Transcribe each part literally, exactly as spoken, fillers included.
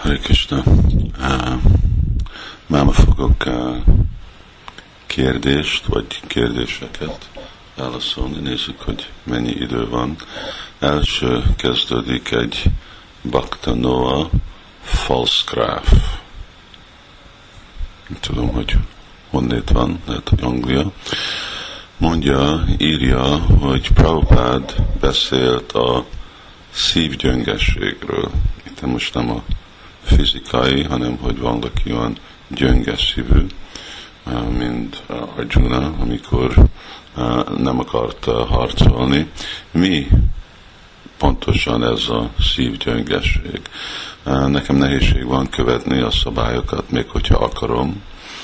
Hare Krishna. Uh, máma fogok uh, kérdést, vagy kérdéseket válaszolni. Nézzük, hogy mennyi idő van. Első kezdődik egy Bhakta Noah Falsgraf. Nem tudom, hogy honnét van, lehet, hogy Anglia. Mondja, írja, hogy Prabhupád beszélt a szívgyöngességről. Itt most nem a fizikai, hanem hogy valaki olyan gyönge szívű, mint Arjuna, amikor nem akart harcolni. Mi pontosan ez a szívgyöngesség? Nekem nehézség van követni a szabályokat, még hogyha akarom,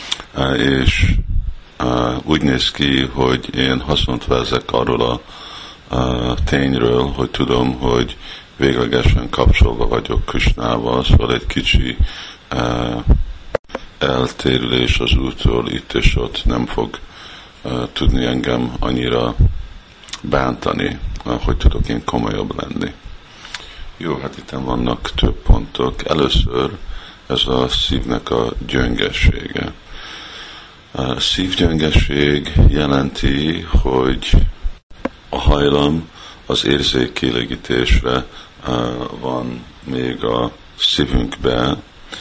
és úgy néz ki, hogy én haszont vezek arról a tényről, hogy tudom, hogy véglegesen kapcsolva vagyok Krishnával, szóval egy kicsi uh, eltérülés az úttól itt és ott nem fog uh, tudni engem annyira bántani, uh, hogy tudok én komolyabb lenni. Jó, hát itt vannak több pontok. Először ez a szívnek a gyöngessége. A szívgyöngeség jelenti, hogy a hajlam az érzékkielégítésre uh, van még a szívünkbe,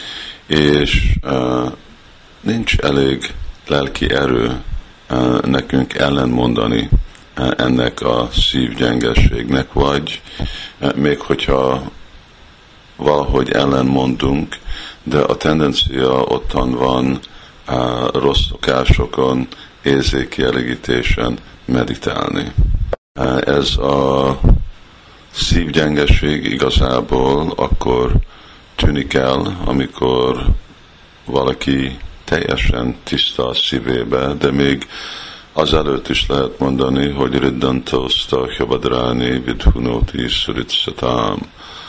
és uh, nincs elég lelki erő uh, nekünk ellenmondani uh, ennek a szívgyengességnek, vagy uh, még hogyha valahogy ellenmondunk, de a tendencia ottan van uh, rossz szokásokon, érzékkielégítésen meditálni. Ez a szívgyengeség igazából akkor tűnik el, amikor valaki teljesen tiszta a szívébe, de még azelőtt is lehet mondani, hogy riddantoszta hjabadráni vidhunóti szuritszatám,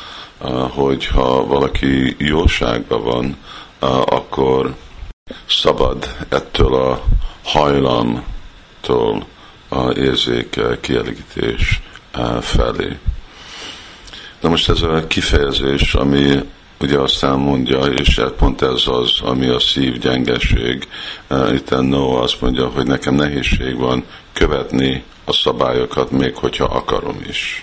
hogyha valaki jóságban van, akkor szabad ettől a hajlamtól a érzék kielégítés felé. De most ez a kifejezés, ami ugye aztán mondja, és pont ez az, ami a szívgyengesség. Itt Noah azt mondja, hogy nekem nehézség van követni a szabályokat, még hogyha akarom is.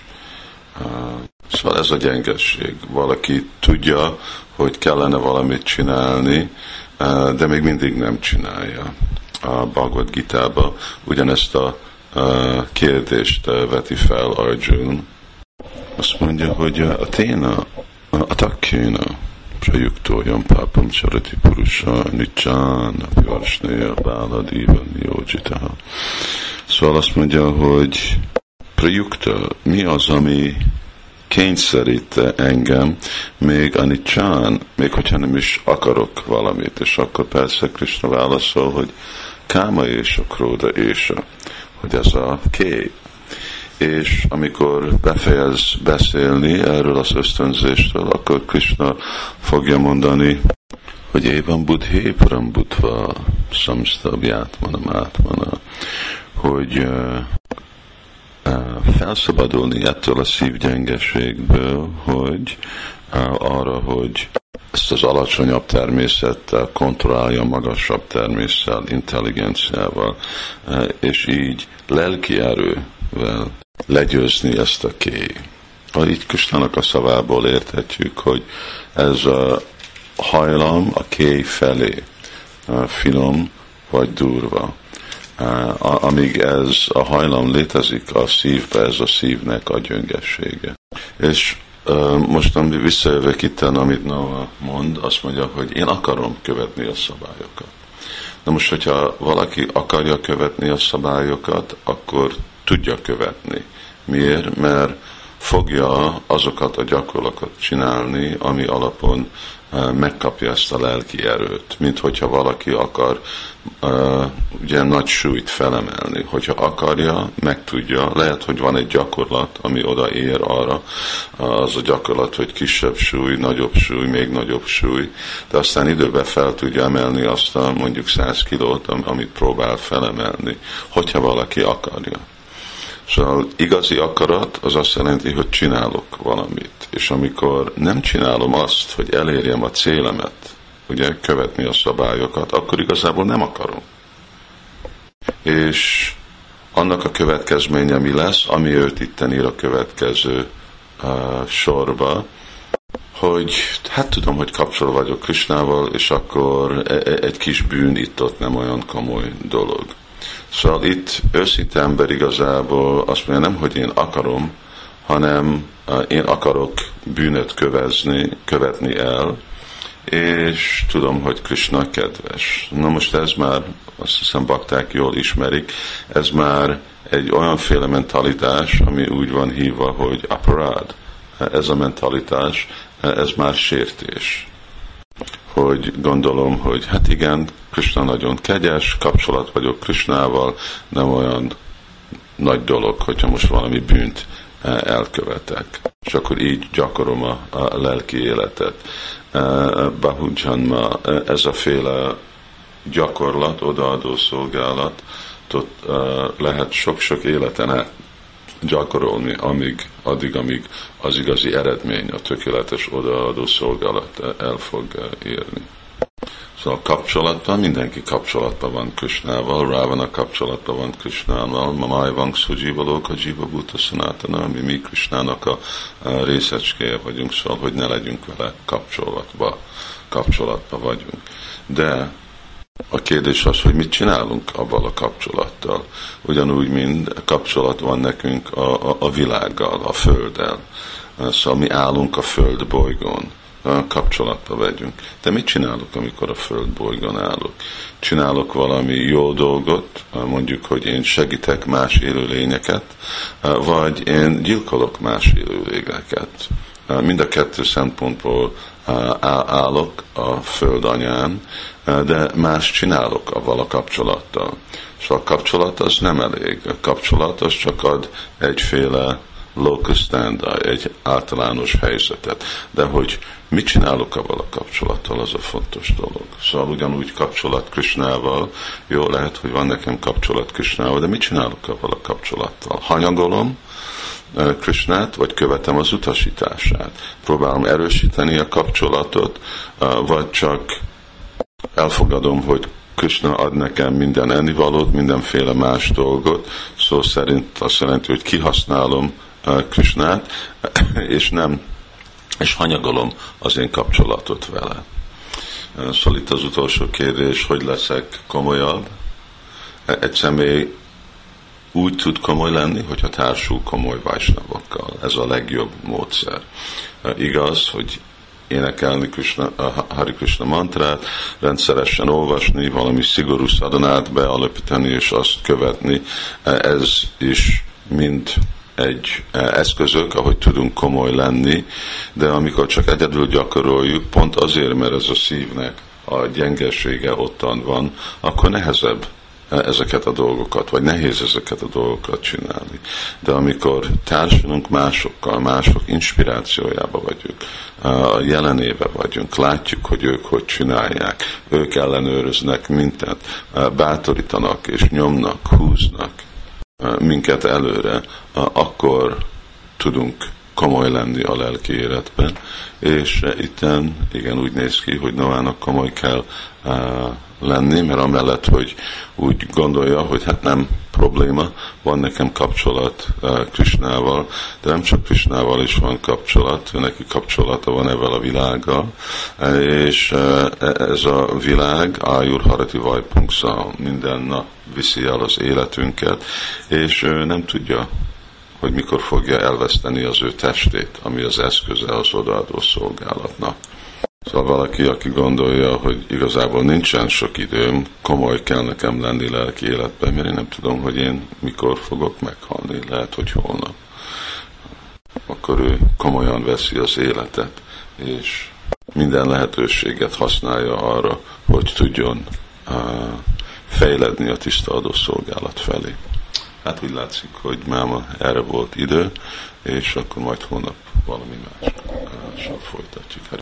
Szóval ez a gyengesség. Valaki tudja, hogy kellene valamit csinálni, de még mindig nem csinálja. A Bhagavad Gita-ba ugyanezt a Uh, kérdést uh, veti fel Arjuna. Azt mondja, hogy uh, a téna, a takkéna, prajuktójam pápam sarati purusa, nicsán, apjarsnéja, báladiva, jócsitaha. Szóval azt mondja, hogy prajukta, mi az, ami kényszerít engem, még a nicsán, még hogyha nem is akarok valamit, és akkor persze Krishna válaszol, hogy káma és a króda és a hogy ez a ké. És amikor befejez beszélni erről az ösztönzéstől, akkor Krishna fogja mondani, hogy évan buddhé param buddha samstabját manam átmana, hogy uh, uh, felszabadulni ettől a szívgyengeségből, hogy uh, arra, hogy ezt az alacsonyabb természettel kontrollálja magasabb természettel, intelligenciával, és így lelki erővel legyőzni ezt a ké. Így Krisnának a szavából érthetjük, hogy ez a hajlam a ké felé, finom vagy durva. Amíg ez a hajlam létezik a szívbe, ez a szívnek a gyöngessége. És most, ami visszajövök itten, amit Noah mond, azt mondja, hogy én akarom követni a szabályokat. De most, hogyha valaki akarja követni a szabályokat, akkor tudja követni. Miért? Mert fogja azokat a gyakorlatokat csinálni, ami alapon uh, megkapja ezt a lelki erőt. Mint hogyha valaki akar uh, ugye nagy súlyt felemelni. Hogyha akarja, meg tudja. Lehet, hogy van egy gyakorlat, ami odaér arra, az a gyakorlat, hogy kisebb súly, nagyobb súly, még nagyobb súly, de aztán időben fel tudja emelni azt a mondjuk száz kilót, amit próbál felemelni, hogyha valaki akarja. Szóval igazi akarat az azt jelenti, hogy csinálok valamit. És amikor nem csinálom azt, hogy elérjem a célemet, ugye, követni a szabályokat, akkor igazából nem akarom. És annak a következménye mi lesz, ami őt itten ír a következő uh, sorba, hogy hát tudom, hogy kapcsolatban vagyok Krisnával, és akkor egy kis bűn itt-ott nem olyan komoly dolog. Szóval itt őszinte ember igazából azt mondja, nem, hogy én akarom, hanem én akarok bűnöt kövezni, követni el, és tudom, hogy Krishna kedves. Na most ez már, azt hiszem bakták jól ismerik, ez már egy olyanféle mentalitás, ami úgy van hívva, hogy aparád. Ez a mentalitás, ez már sértés. Hogy gondolom, hogy hát igen, Krishna nagyon kegyes, kapcsolat vagyok Krishnával, nem olyan nagy dolog, hogyha most valami bűnt elkövetek. És akkor így gyakorom a, a lelki életet. Bahujanma, ez a féle gyakorlat, odaadó szolgálat lehet sok-sok életen át gyakorolni, amíg, addig, amíg az igazi eredmény, a tökéletes odaadó szolgálat el fog érni. Szóval kapcsolatban, mindenki kapcsolatban van Krishnával, Ravana kapcsolatban van Krishnával, Mamai Vangszujivalók, a Jiva Bhuta Sanatana, mi mi Krishnának a részecskéje vagyunk, szóval, hogy ne legyünk vele kapcsolatba, kapcsolatba vagyunk. De a kérdés az, hogy mit csinálunk abban a kapcsolattal. Ugyanúgy, mint kapcsolat van nekünk a, a, a világgal, a Földdel. Szóval mi állunk a Föld bolygón, kapcsolatba vegyünk. De mit csinálok, amikor a Föld bolygón állok? Csinálok valami jó dolgot, mondjuk, hogy én segítek más élőlényeket, vagy én gyilkolok más élőlényeket. Mind a kettő szempontból állok a Föld anyán, de más csinálok avval a kapcsolattal. Szóval a kapcsolat az nem elég. A kapcsolat az csak ad egyféle locus standi, egy általános helyzetet. De hogy mit csinálok avval a kapcsolattal, az a fontos dolog. Szóval ugyanúgy kapcsolat Krishnával, jó, lehet, hogy van nekem kapcsolat Krishnával, de mit csinálok avval a kapcsolattal? Hanyagolom Krishnát, vagy követem az utasítását? Próbálom erősíteni a kapcsolatot, vagy csak elfogadom, hogy Krishna ad nekem minden ennivalót, mindenféle más dolgot, szó szerint azt jelenti, hogy kihasználom Krishnát, és nem, és hanyagolom az én kapcsolatot vele. Szóval itt az utolsó kérdés, hogy leszek komolyabb? Egy személy úgy tud komoly lenni, hogyha társul komoly vajsnavokkal. Ez a legjobb módszer. Igaz, hogy énekelni Krishna, Hari Krishna mantrát, rendszeresen olvasni, valami szigorú szadonát bealapítani és azt követni, ez is mind egy eszközök, ahogy tudunk komoly lenni, de amikor csak egyedül gyakoroljuk, pont azért, mert ez a szívnek a gyengesége ottan van, akkor nehezebb ezeket a dolgokat, vagy nehéz ezeket a dolgokat csinálni. De amikor társulunk másokkal, mások inspirációjába vagyunk, a jelenébe vagyunk, látjuk, hogy ők hogy csinálják, ők ellenőröznek minket, bátorítanak és nyomnak, húznak minket előre, akkor tudunk komoly lenni a lelki életben, és itten igen úgy néz ki, hogy Noának komoly kell lenni, mert amellett, hogy úgy gondolja, hogy hát nem probléma, van nekem kapcsolat uh, Krishnával, de nem csak Krishnával is van kapcsolat, neki kapcsolata van ezzel a világgal, és uh, ez a világ, Ájur Harati Vajpungsa, minden nap viszi el az életünket, és ő nem tudja, hogy mikor fogja elveszteni az ő testét, ami az eszköze az odaadó szolgálatnak. Szóval valaki, aki gondolja, hogy igazából nincsen sok időm, komoly kell nekem lenni lelki életben, mert én nem tudom, hogy én mikor fogok meghalni, lehet, hogy holnap. Akkor ő komolyan veszi az életet, és minden lehetőséget használja arra, hogy tudjon uh, fejledni a tisztaadó szolgálat felé. Hát úgy látszik, hogy máma erre volt idő, és akkor majd holnap valami mással folytatjuk.